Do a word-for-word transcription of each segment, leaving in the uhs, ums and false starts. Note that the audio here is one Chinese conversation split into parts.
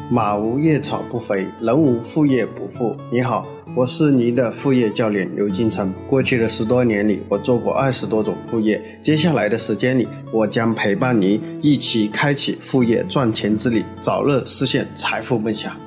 马无夜草不肥，人无副业不富。你好，我是您的副业教练刘金成。过去的十多年里，我做过二十多种副业。接下来的时间里，我将陪伴您一起开启副业赚钱之旅，早日实现财富梦想。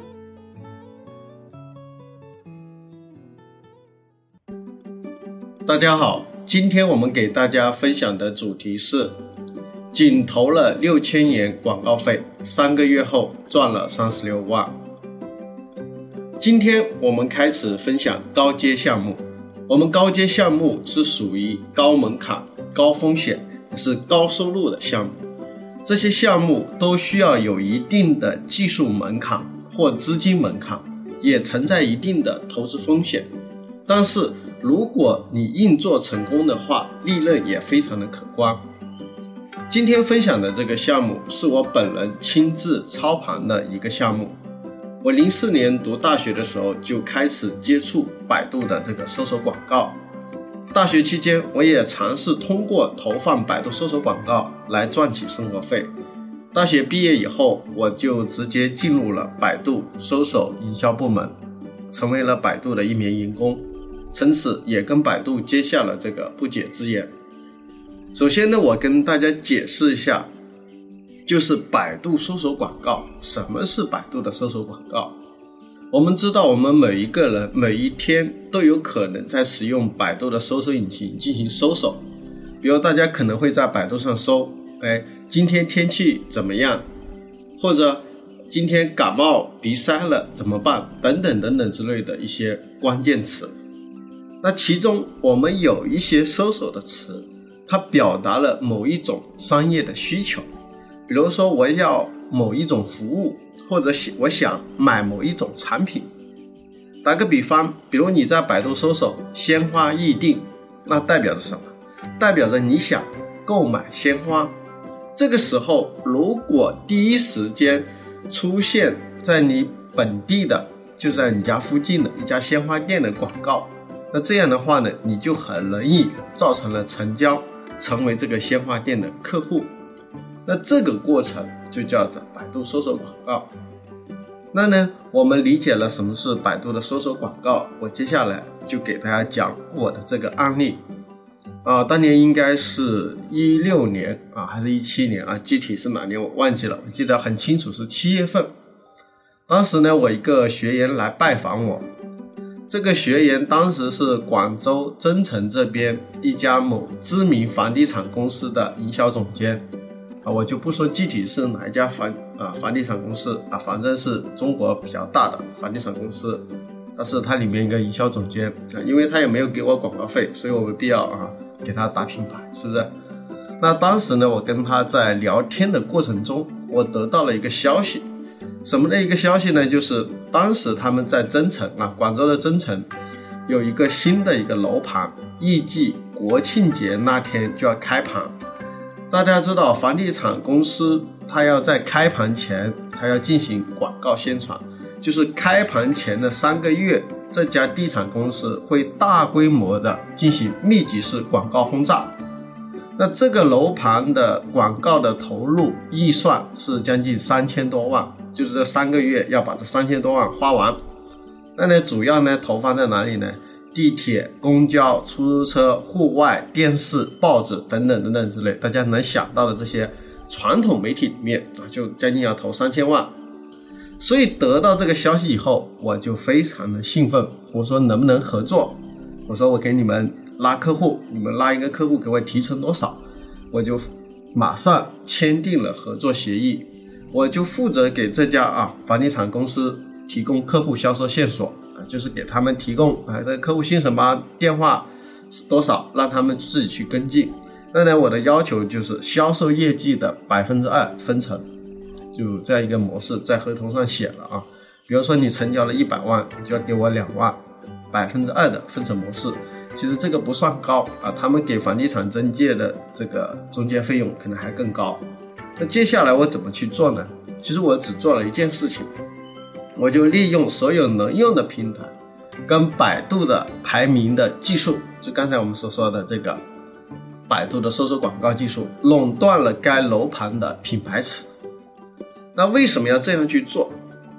大家好，今天我们给大家分享的主题是仅投了六千元广告费，三个月后赚了三十六万。今天我们开始分享高阶项目。我们高阶项目是属于高门槛、高风险，也是高收入的项目。这些项目都需要有一定的技术门槛或资金门槛，也存在一定的投资风险。但是如果你硬做成功的话，利润也非常的可观。今天分享的这个项目是我本人亲自操盘的一个项目。我零四年读大学的时候就开始接触百度的这个搜索广告，大学期间我也尝试通过投放百度搜索广告来赚取生活费。大学毕业以后，我就直接进入了百度搜索营销部门，成为了百度的一名员工，从此也跟百度结下了这个不解之缘。首先呢，我跟大家解释一下，就是百度搜索广告。什么是百度的搜索广告？我们知道我们每一个人每一天都有可能在使用百度的搜索引擎进行搜索，比如大家可能会在百度上搜，哎，今天天气怎么样，或者今天感冒鼻塞了怎么办，等等等等之类的一些关键词。那其中我们有一些搜索的词，它表达了某一种商业的需求，比如说我要某一种服务，或者我想买某一种产品。打个比方，比如你在百度搜索鲜花预订，那代表着什么？代表着你想购买鲜花。这个时候如果第一时间出现在你本地的，就在你家附近的一家鲜花店的广告，那这样的话呢，你就很容易造成了成交，成为这个鲜花店的客户。那这个过程就叫做百度搜索广告。那呢，我们理解了什么是百度的搜索广告，我接下来就给大家讲我的这个案例。啊，当年应该是一六年啊，还是一七年啊？具体是哪年我忘记了，我记得很清楚是七月份。当时呢，我一个学员来拜访我，这个学员当时是广州增城这边一家某知名房地产公司的营销总监。啊，我就不说具体是哪一家房啊房地产公司啊，反正是中国比较大的房地产公司，但是它里面一个营销总监啊，因为他也没有给我广告费，所以我没必要啊给他打品牌，是不是？那当时呢，我跟他在聊天的过程中，我得到了一个消息，什么的一个消息呢？就是当时他们在增城啊，广州的增城有一个新的一个楼盘，预计国庆节那天就要开盘。大家知道房地产公司它要在开盘前它要进行广告宣传，就是开盘前的三个月，这家地产公司会大规模的进行密集式广告轰炸。那这个楼盘的广告的投入预算是将近三千多万，就是这三个月要把这三千多万花完。那呢，主要呢投放在哪里呢？地铁、公交、出租车、户外、电视、报纸等等等等之类，大家能想到的这些传统媒体里面啊，就将近要投三千万。所以得到这个消息以后，我就非常的兴奋，我说能不能合作？我说我给你们拉客户，你们拉一个客户给我提成多少，我就马上签订了合作协议。我就负责给这家啊房地产公司提供客户销售线索。就是给他们提供啊，这个客户姓什么，电话是多少，让他们自己去跟进。那呢，我的要求就是销售业绩的百分之二分成，就这样一个模式，在合同上写了啊。比如说你成交了一百万，你就要给我两万，百分之二的分成模式。其实这个不算高啊，他们给房地产中介的这个中介费用可能还更高。那接下来我怎么去做呢？其实我只做了一件事情。我就利用所有能用的平台跟百度的排名的技术，就刚才我们所说的这个百度的搜索广告技术，垄断了该楼盘的品牌词。那为什么要这样去做？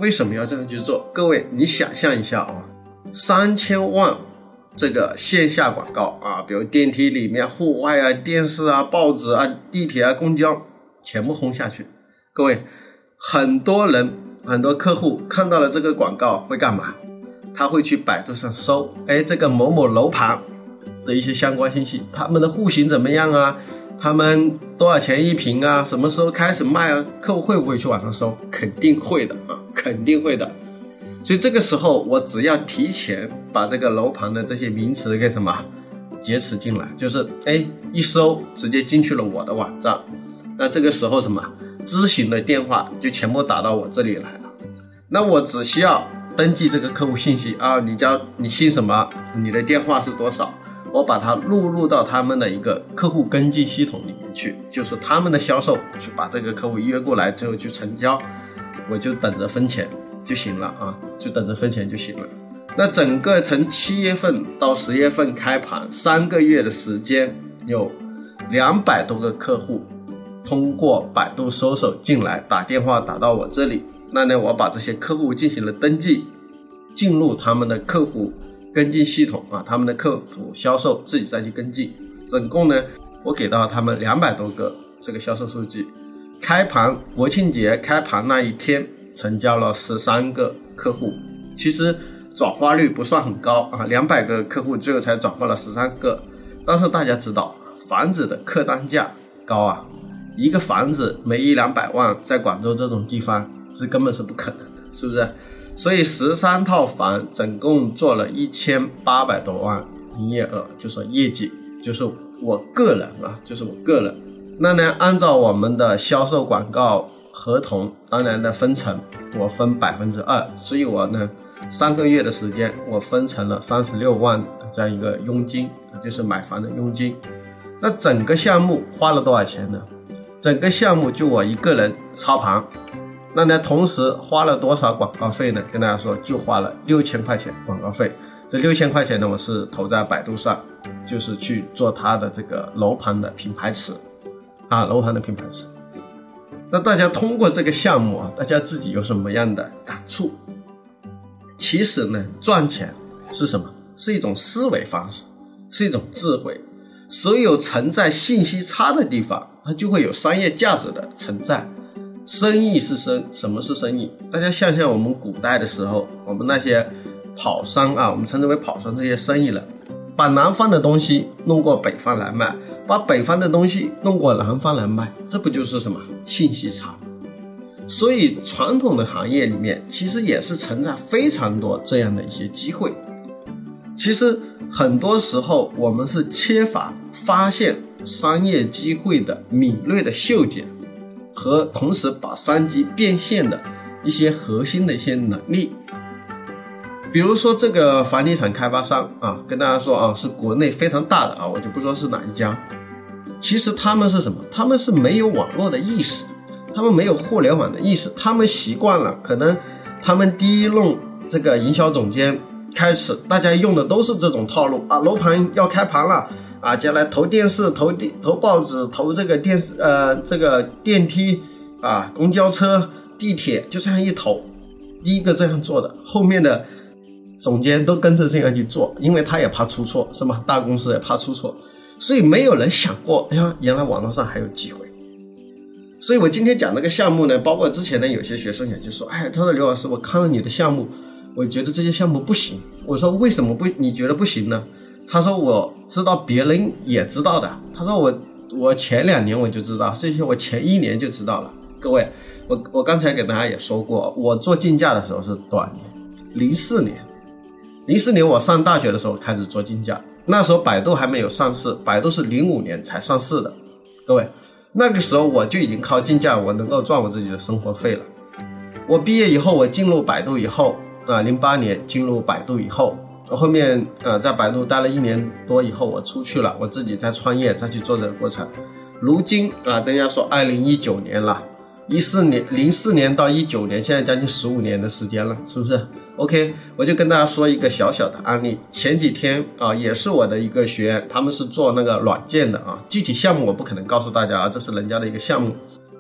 为什么要这样去做？各位你想象一下啊，三千万这个线下广告啊，比如电梯里面、户外啊、电视啊、报纸啊、地铁啊、公交全部轰下去。各位，很多人很多客户看到了这个广告会干嘛？他会去百度上搜，哎，这个某某楼盘的一些相关信息，他们的户型怎么样啊？他们多少钱一平啊？什么时候开始卖啊？客户会不会去网上搜？肯定会的啊，肯定会的。所以这个时候我只要提前把这个楼盘的这些名词给什么劫持进来，就是哎一搜直接进去了我的网站，那这个时候什么咨询的电话就全部打到我这里来了。那我只需要登记这个客户信息啊，你叫你姓什么，你的电话是多少，我把它录入到他们的一个客户跟进系统里面去，就是他们的销售去把这个客户约过来之后去成交，我就等着分钱就行了啊，就等着分钱就行了。那整个从七月份到十月份开盘三个月的时间，有两百多个客户通过百度搜索进来，打电话打到我这里，那呢我把这些客户进行了登记，进入他们的客户跟进系统啊，他们的客服销售自己再去跟进，总共呢我给到他们两百多个这个销售数据。开盘国庆节开盘那一天成交了十三个客户，其实转化率不算很高啊，两百个客户最后才转化了十三个。但是大家知道房子的客单价高啊，一个房子没一两百万，在广州这种地方是根本是不可能的，是不是？所以十三套房总共做了一千八百多万营业额，就是业绩，就是我个人啊，就是我个人。那呢，按照我们的销售广告合同，当然的分成，我分百分之二，所以我呢三个月的时间，我分成了三十六万这样一个佣金，就是买房的佣金。那整个项目花了多少钱呢？整个项目就我一个人操盘。那呢，同时花了多少广告费呢？跟大家说，就花了六千块钱广告费。这六千块钱呢，我是投在百度上，就是去做它的这个楼盘的品牌词啊，楼盘的品牌词。那大家通过这个项目啊，大家自己有什么样的感触？其实呢，赚钱是什么？是一种思维方式，是一种智慧。所有存在信息差的地方，它就会有商业价值的存在。生意是生，什么是生意？大家想想我们古代的时候，我们那些跑商啊，我们称之为跑商，这些生意人把南方的东西弄过北方来卖，把北方的东西弄过南方来卖，这不就是什么信息差？所以传统的行业里面其实也是存在非常多这样的一些机会。其实很多时候我们是缺乏发现商业机会的敏锐的嗅觉，和同时把商机变现的一些核心的一些能力。比如说这个房地产开发商啊，跟大家说啊，是国内非常大的啊，我就不说是哪一家。其实他们是什么？他们是没有网络的意识，他们没有互联网的意识，他们习惯了，可能他们第一轮这个营销总监开始，大家用的都是这种套路啊，楼盘要开盘了啊，接下来投电视、投地、投报纸、投这个电视呃这个电梯啊、公交车、地铁，就这样一投，第一个这样做的，后面的总监都跟着这样去做，因为他也怕出错，是吗？大公司也怕出错，所以没有人想过，哎呀，原来网络上还有机会。所以我今天讲这个项目呢，包括之前呢，有些学生也就说，哎，他说刘老师，我看了你的项目，我觉得这些项目不行。我说为什么不？你觉得不行呢？他说我知道别人也知道的。他说我我前两年我就知道，这些我前一年就知道了。各位，我我刚才给大家也说过，我做竞价的时候是多少年？零四年。零四年我上大学的时候开始做竞价，那时候百度还没有上市，百度是零五年才上市的。各位，那个时候我就已经靠竞价我能够赚我自己的生活费了。我毕业以后，我进入百度以后啊，零八年进入百度以后，后面呃在百度待了一年多以后，我出去了，我自己再创业，再去做这个过程。如今啊，大家说二零一九年了，一四年零四年到一九年，现在将近十五年的时间了，是不是 ？OK， 我就跟大家说一个小小的案例。前几天啊，也是我的一个学员，他们是做那个软件的啊，具体项目我不可能告诉大家啊，这是人家的一个项目。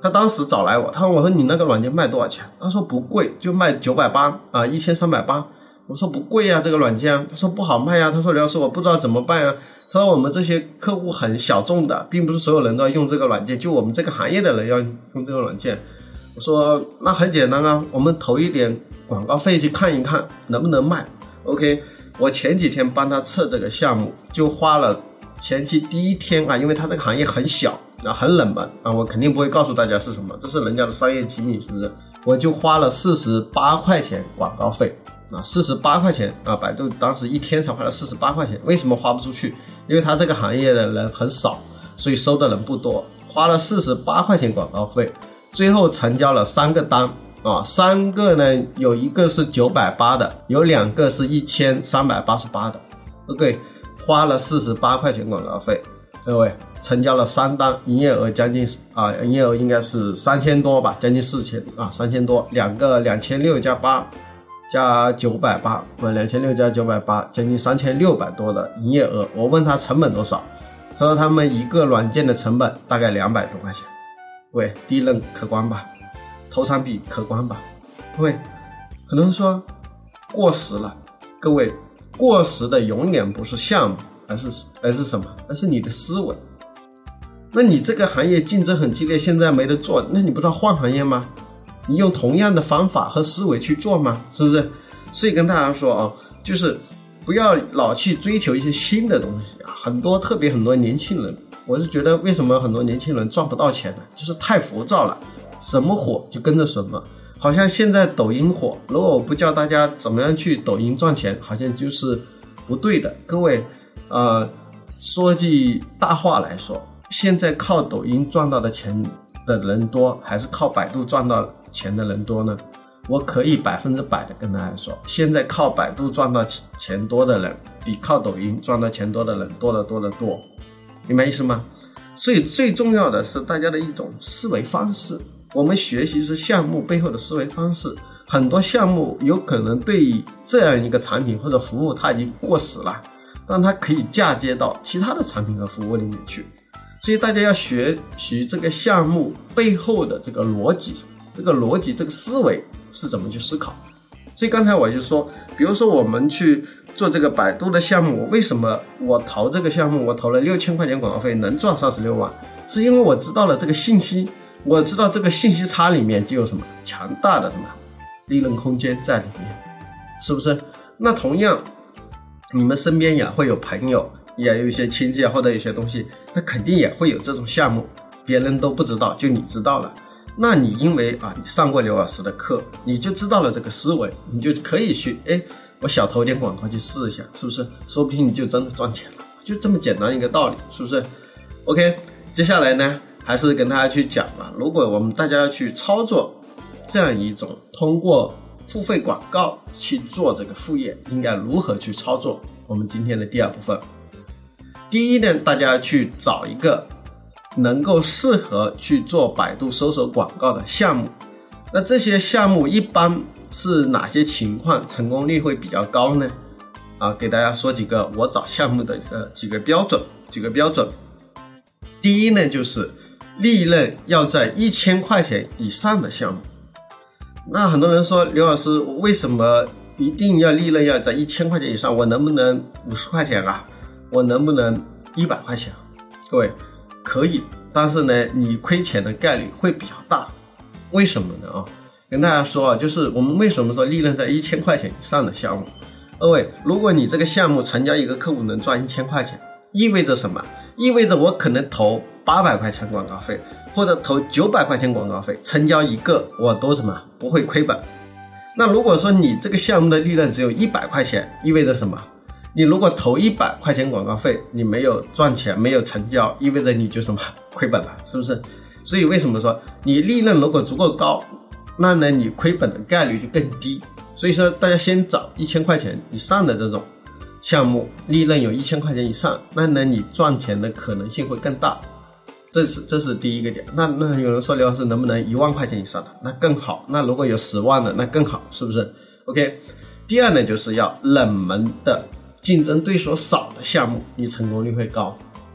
他当时找来我，他问我说你那个软件卖多少钱？他说不贵，就卖九百八啊，一千三百八。我说不贵呀、啊，这个软件、啊。他说不好卖呀、啊。他说刘老师我不知道怎么办啊。他说我们这些客户很小众的，并不是所有人都要用这个软件，就我们这个行业的人要用这个软件。我说那很简单啊，我们投一点广告费去看一看能不能卖。OK， 我前几天帮他测这个项目，就花了前期第一天啊，因为他这个行业很小啊，很冷门啊，我肯定不会告诉大家是什么，这是人家的商业机密，是不是？我就花了四十八块钱广告费啊，四十八块钱啊，百度当时一天才花了四十八块钱，为什么花不出去？因为他这个行业的人很少，所以收的人不多，花了四十八块钱广告费，最后成交了三个单啊，三个呢，有一个是九百八的，有两个是一千三百八十八的。OK， 花了四十八块钱广告费，各位成交了三单，营业额将近啊，营业额应该是三千多吧，将近四千啊，三千多，两个两千六加八加九百八，啊，两千六加九百八，将近三千六百多的营业额。我问他成本多少，他说他们一个软件的成本大概两百多块钱，喂，利润可观吧？投产比可观吧？各位可能说过时了，各位过时的永远不是项目，而是而是什么？而是你的思维。那你这个行业竞争很激烈，现在没得做，那你不知道换行业吗？你用同样的方法和思维去做吗？是不是？所以跟大家说啊，就是不要老去追求一些新的东西啊。很多特别很多年轻人，我是觉得为什么很多年轻人赚不到钱呢？就是太浮躁了。什么火就跟着什么，好像现在抖音火，如果我不教大家怎么样去抖音赚钱，好像就是不对的。各位，呃，说句大话来说，现在靠抖音赚到的钱的人多，还是靠百度赚到钱的人多呢？我可以百分之百的跟大家说，现在靠百度赚到钱多的人，比靠抖音赚到钱多的人多得多得多，明白意思吗？所以最重要的是大家的一种思维方式。我们学习是项目背后的思维方式，很多项目有可能对于这样一个产品或者服务它已经过时了，但它可以嫁接到其他的产品和服务里面去。所以大家要学习这个项目背后的这个逻辑，这个逻辑这个思维是怎么去思考。所以刚才我就说，比如说我们去做这个百度的项目，为什么我投这个项目，我投了六千块钱广告费能赚三十六万，是因为我知道了这个信息，我知道这个信息差里面就有什么强大的什么利润空间在里面，是不是？那同样你们身边也会有朋友，也有一些亲戚或者有些东西，那肯定也会有这种项目，别人都不知道，就你知道了。那你因为啊，你上过刘老师的课，你就知道了这个思维，你就可以去，哎，我小投点广告去试一下，是不是？说不定你就真的赚钱了，就这么简单一个道理，是不是 ？OK， 接下来呢，还是跟大家去讲了，如果我们大家要去操作这样一种通过付费广告去做这个副业，应该如何去操作？我们今天的第二部分，第一呢，大家去找一个能够适合去做百度搜索广告的项目。那这些项目一般是哪些情况成功率会比较高呢？啊，给大家说几个我找项目的呃几个标准，几个标准。第一呢，就是利润要在一千块钱以上的项目。那很多人说，刘老师，为什么一定要利润要在一千块钱以上？我能不能五十块钱啊？我能不能一百块钱？各位，可以，但是呢，你亏钱的概率会比较大。为什么呢？啊，跟大家说啊，就是我们为什么说利润在一千块钱以上的项目？各位，如果你这个项目成交一个客户能赚一千块钱，意味着什么？意味着我可能投八百块钱广告费，或者投九百块钱广告费，成交一个我都什么不会亏本。那如果说你这个项目的利润只有一百块钱，意味着什么？你如果投一百块钱广告费，你没有赚钱，没有成交，意味着你就什么亏本了，是不是？所以为什么说你利润如果足够高，那呢你亏本的概率就更低。所以说大家先找一千块钱以上的这种项目，利润有一千块钱以上，那呢你赚钱的可能性会更大。这是这是第一个点。那那有人说刘老师能不能一万块钱以上的？那更好。那如果有十万的那更好，是不是 ？OK。第二呢，就是要冷门的竞争对手少的项目，你成功率会高。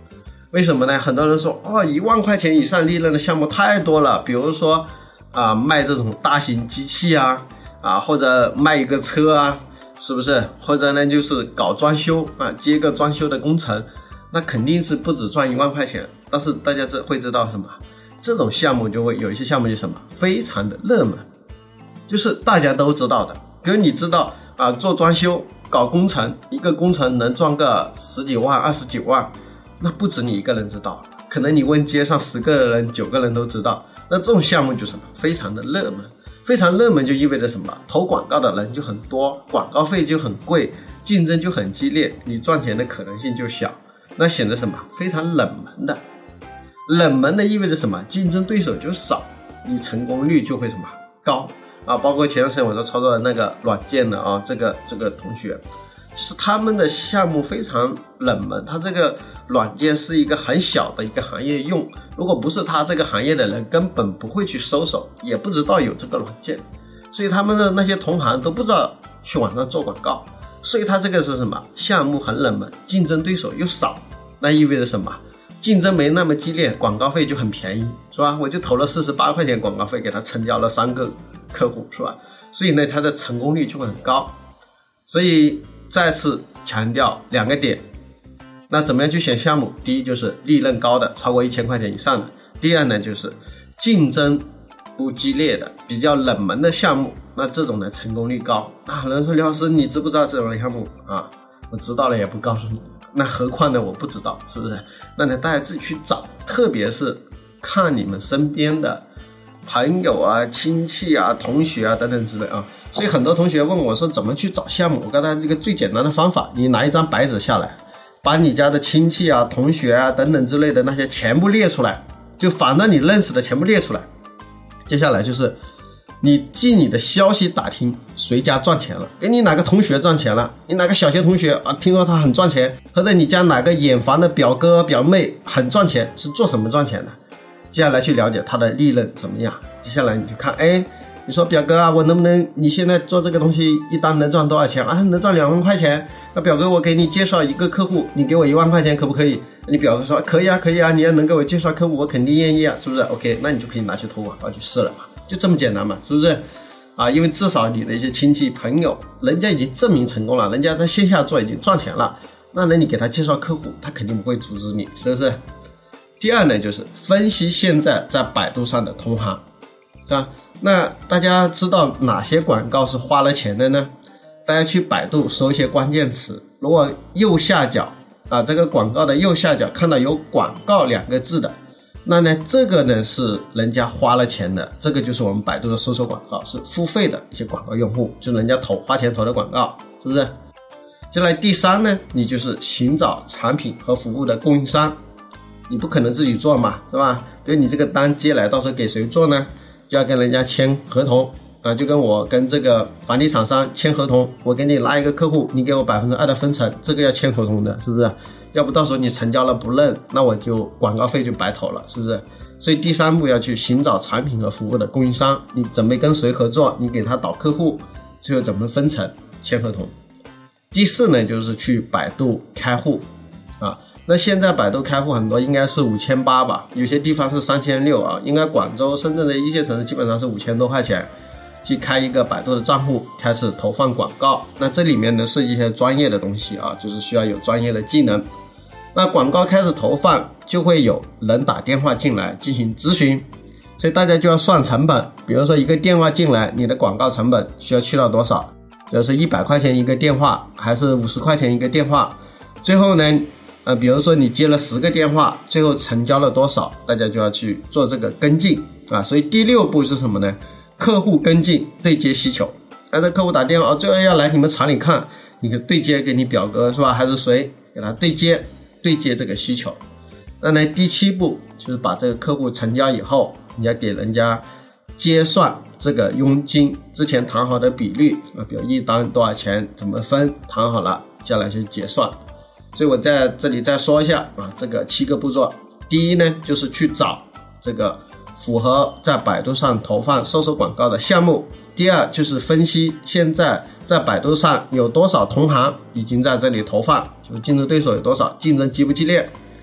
为什么呢？很多人说哦，一万块钱以上利润的项目太多了，比如说啊、呃、卖这种大型机器啊啊，或者卖一个车啊，是不是？或者呢就是搞装修啊，接个装修的工程，那肯定是不止赚一万块钱。但是大家知会知道什么？这种项目就会有一些项目就什么非常的热门，就是大家都知道的。比如你知道啊，做装修搞工程，一个工程能赚个十几万二十几万，那不止你一个人知道，可能你问街上十个人九个人都知道。那这种项目就什么非常的热门，非常热门就意味着什么？投广告的人就很多，广告费就很贵，竞争就很激烈，你赚钱的可能性就小，那显得什么非常冷门的。冷门的意味着什么？竞争对手就少，你成功率就会什么高啊！包括前段时间我在操作的那个软件的啊，这个这个同学，是他们的项目非常冷门，他这个软件是一个很小的一个行业用，如果不是他这个行业的人，根本不会去搜索，也不知道有这个软件，所以他们的那些同行都不知道去网上做广告，所以他这个是什么？项目很冷门，竞争对手又少，那意味着什么？竞争没那么激烈，广告费就很便宜，是吧？我就投了四十八块钱广告费，给他成交了三个客户，是吧？所以呢，他的成功率就会很高。所以再次强调两个点，那怎么样去选项目？第一就是利润高的，超过一千块钱以上的；第二呢，就是竞争不激烈的、比较冷门的项目，那这种呢成功率高。啊，有人说刘老师，你知不知道这种项目啊？我知道了也不告诉你。那何况呢？我不知道，是不是？那呢，大家自己去找，特别是看你们身边的朋友啊、亲戚啊、同学啊等等之类啊。所以很多同学问我说，怎么去找项目？我告诉大家这个最简单的方法，你拿一张白纸下来，把你家的亲戚啊、同学啊等等之类的那些全部列出来，就反正你认识的全部列出来。接下来就是你记你的消息打听谁家赚钱了，给你哪个同学赚钱了，你哪个小学同学啊，听说他很赚钱，或者你家哪个远房的表哥表妹很赚钱，是做什么赚钱的？接下来去了解他的利润怎么样。接下来你就看，哎，你说表哥啊，我能不能你现在做这个东西一单能赚多少钱啊？能赚两万块钱。那表哥，我给你介绍一个客户，你给我一万块钱可不可以？你表哥说可以啊，可以啊，你要能给我介绍客户，我肯定愿意啊，是不是 ？OK， 那你就可以拿去投广告去试了嘛。就这么简单嘛，是不是啊？因为至少你的一些亲戚朋友，人家已经证明成功了，人家在线下做已经赚钱了，那呢你给他介绍客户，他肯定不会阻止你，是不是？第二呢，就是分析现在在百度上的同行，是吧？那大家知道哪些广告是花了钱的呢？大家去百度搜一些关键词，如果右下角啊这个广告的右下角看到有广告两个字的，那呢，这个呢是人家花了钱的，这个就是我们百度的搜索广告，是付费的一些广告用户，就是人家投花钱投的广告，是不是？接下来第三呢，你就是寻找产品和服务的供应商，你不可能自己做嘛，是吧？比如你这个单接来，到时候给谁做呢？就要跟人家签合同啊，就跟我跟这个房地产商签合同，我给你拉一个客户，你给我百分之二的分成，这个要签合同的，是不是？要不到时候你成交了不认，那我就广告费就白投了，是不是？所以第三步要去寻找产品和服务的供应商，你准备跟谁合作，你给他导客户，最后怎么分成，签合同。第四呢，就是去百度开户啊。那现在百度开户很多应该是五千八吧，有些地方是三千六啊，应该广州、深圳的一些城市基本上是五千多块钱。去开一个百度的账户，开始投放广告。那这里面呢是一些专业的东西啊，就是需要有专业的技能。那广告开始投放，就会有人打电话进来进行咨询，所以大家就要算成本。比如说一个电话进来，你的广告成本需要去到多少？就是一百块钱一个电话，还是五十块钱一个电话？最后呢，呃，比如说你接了十个电话，最后成交了多少？大家就要去做这个跟进啊。所以第六步是什么呢？客户跟进对接需求，那这客户打电话，哦，最后要来你们厂里看，你可对接给你表哥是吧？还是谁给他对接对接这个需求？那呢，第七步就是把这个客户成交以后，你要给人家结算这个佣金，之前谈好的比率啊，比如一单多少钱，怎么分，谈好了，接下来就结算。所以我在这里再说一下啊，这个七个步骤。第一呢，就是去找这个符合在百度上投放搜索广告的项目。第二就是分析现在在百度上有多少同行已经在这里投放，就是竞争对手有多少，竞争激不激烈。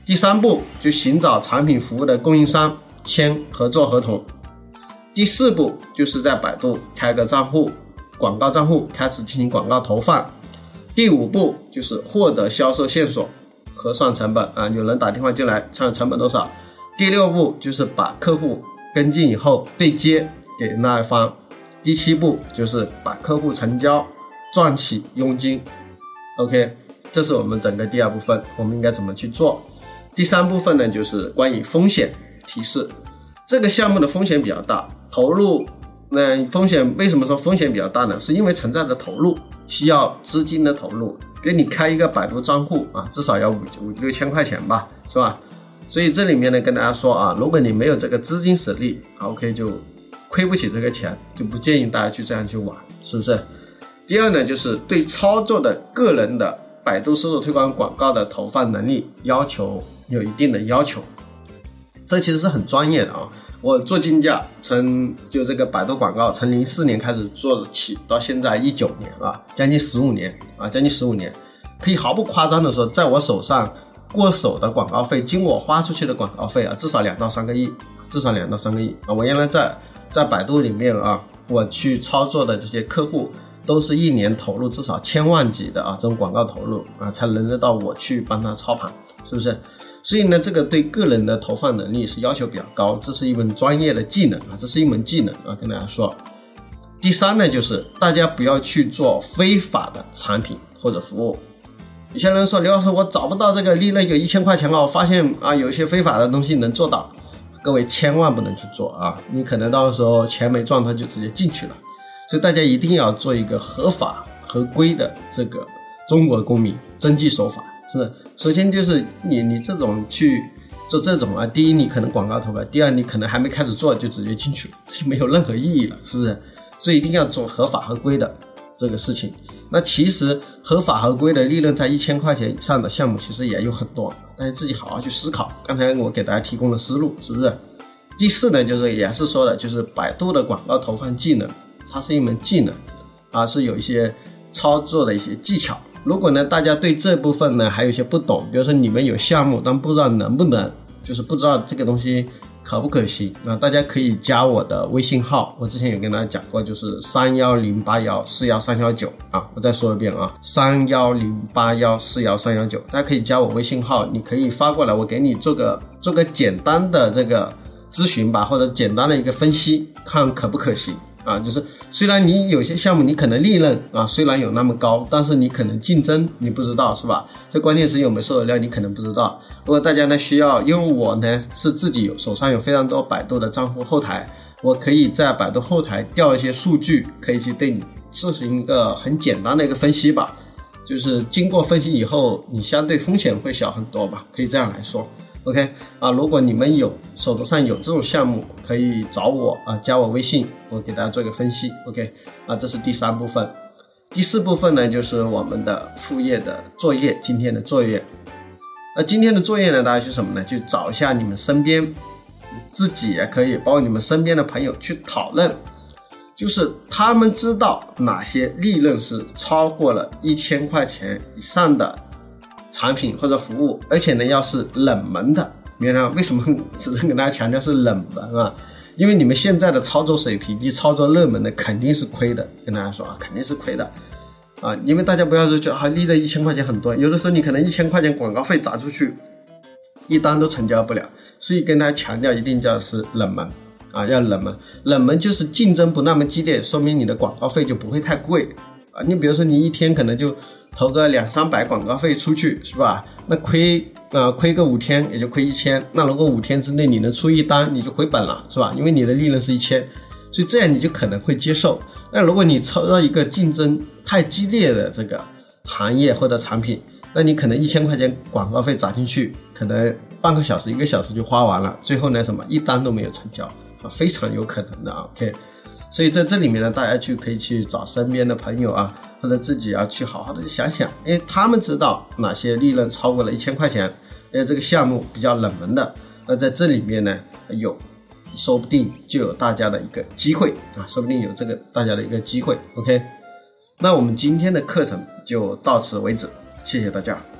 第三步就寻找产品服务的供应商，签合作合同。第四步就是在百度开个账户，广告账户，开始进行广告投放。第五步就是获得销售线索，核算成本啊，有人打电话进来，看成本多少。第六步就是把客户跟进以后对接给那一方。第七步就是把客户成交，赚取佣金。 OK， 这是我们整个第二部分，我们应该怎么去做。第三部分呢，就是关于风险提示。这个项目的风险比较大，投入那风险为什么说风险比较大呢？是因为存在的投入，需要资金的投入。比如你开一个百度账户啊，至少要五五六千块钱吧，是吧？所以这里面呢，跟大家说啊，如果你没有这个资金实力 ，OK 就亏不起这个钱，就不建议大家去这样去玩，是不是？第二呢，就是对操作的个人的百度搜索推广广告的投放能力要求有一定的要求，这其实是很专业的啊。我做竞价，从就这个百度广告，从零四年开始做起，到现在一九年啊，将近十五年啊，将近十五年，可以毫不夸张的说，在我手上过手的广告费，经我花出去的广告费啊，至少两到三个亿，至少两到三个亿啊。我原来在在百度里面啊，我去操作的这些客户，都是一年投入至少千万级的啊，这种广告投入啊，才轮得到我去帮他操盘，是不是？所以呢，这个对个人的投放能力是要求比较高，这是一门专业的技能啊，这是一门技能啊，跟大家说。第三呢，就是大家不要去做非法的产品或者服务。有些人说刘老师，我找不到这个利润有一千块钱啊，我发现啊有一些非法的东西能做到，各位千万不能去做啊，你可能到时候钱没赚，他就直接进去了。所以大家一定要做一个合法合规的这个中国公民，遵纪守法。是不是？首先就是你你这种去做这种啊，第一你可能广告投放，第二你可能还没开始做就直接进去了，这就没有任何意义了，是不是？所以一定要做合法合规的这个事情。那其实合法合规的利润在一千块钱以上的项目其实也有很多，大家自己好好去思考。刚才我给大家提供的思路，是不是？第四呢，就是也是说的，就是百度的广告投放技能，它是一门技能啊，是有一些操作的一些技巧。如果呢，大家对这部分呢还有一些不懂，比如说你们有项目，但不知道能不能，就是不知道这个东西可不可行，那大家可以加我的微信号，我之前有跟大家讲过，就是三一零八一四一三一九啊，我再说一遍啊，三一零八一四一三一九，大家可以加我微信号，你可以发过来，我给你做个做个简单的这个咨询吧，或者简单的一个分析，看可不可行。啊，就是虽然你有些项目你可能利润啊虽然有那么高，但是你可能竞争你不知道，是吧？这关键是有没有收入量你可能不知道。如果大家呢需要，因为我呢是自己有手上有非常多百度的账户后台，我可以在百度后台调一些数据，可以去对你进行一个很简单的一个分析吧。就是经过分析以后，你相对风险会小很多吧，可以这样来说。OK 啊，如果你们有手头上有这种项目，可以找我啊，加我微信，我给大家做一个分析。OK 啊，这是第三部分。第四部分呢，就是我们的副业的作业，今天的作业。那今天的作业呢，大家是什么呢？就找一下你们身边，自己也可以，包括你们身边的朋友去讨论，就是他们知道哪些利润是超过了一千块钱以上的产品或者服务，而且呢要是冷门的。明白吗？为什么只是跟大家强调是冷门啊？因为你们现在的操作水平，你操作热门的肯定是亏的，跟大家说啊，肯定是亏的啊！因为大家不要说觉得啊，利润一千块钱很多，有的时候你可能一千块钱广告费砸出去，一单都成交不了。所以跟大家强调，一定叫是冷门啊，要冷门。冷门就是竞争不那么激烈，说明你的广告费就不会太贵啊。你比如说你一天可能就投个两三百广告费出去，是吧？那亏呃亏个五天也就亏一千，那如果五天之内你能出一单，你就回本了，是吧？因为你的利润是一千，所以这样你就可能会接受。那如果你抽到一个竞争太激烈的这个行业或者产品，那你可能一千块钱广告费砸进去，可能半个小时一个小时就花完了，最后呢什么一单都没有成交啊，非常有可能的啊。OK。所以在这里面呢，大家去可以去找身边的朋友啊，或者自己啊去好好的想想，因为他们知道哪些利润超过了一千块钱，因为这个项目比较冷门的，那在这里面呢有，说不定就有大家的一个机会啊，说不定有这个大家的一个机会。OK， 那我们今天的课程就到此为止，谢谢大家。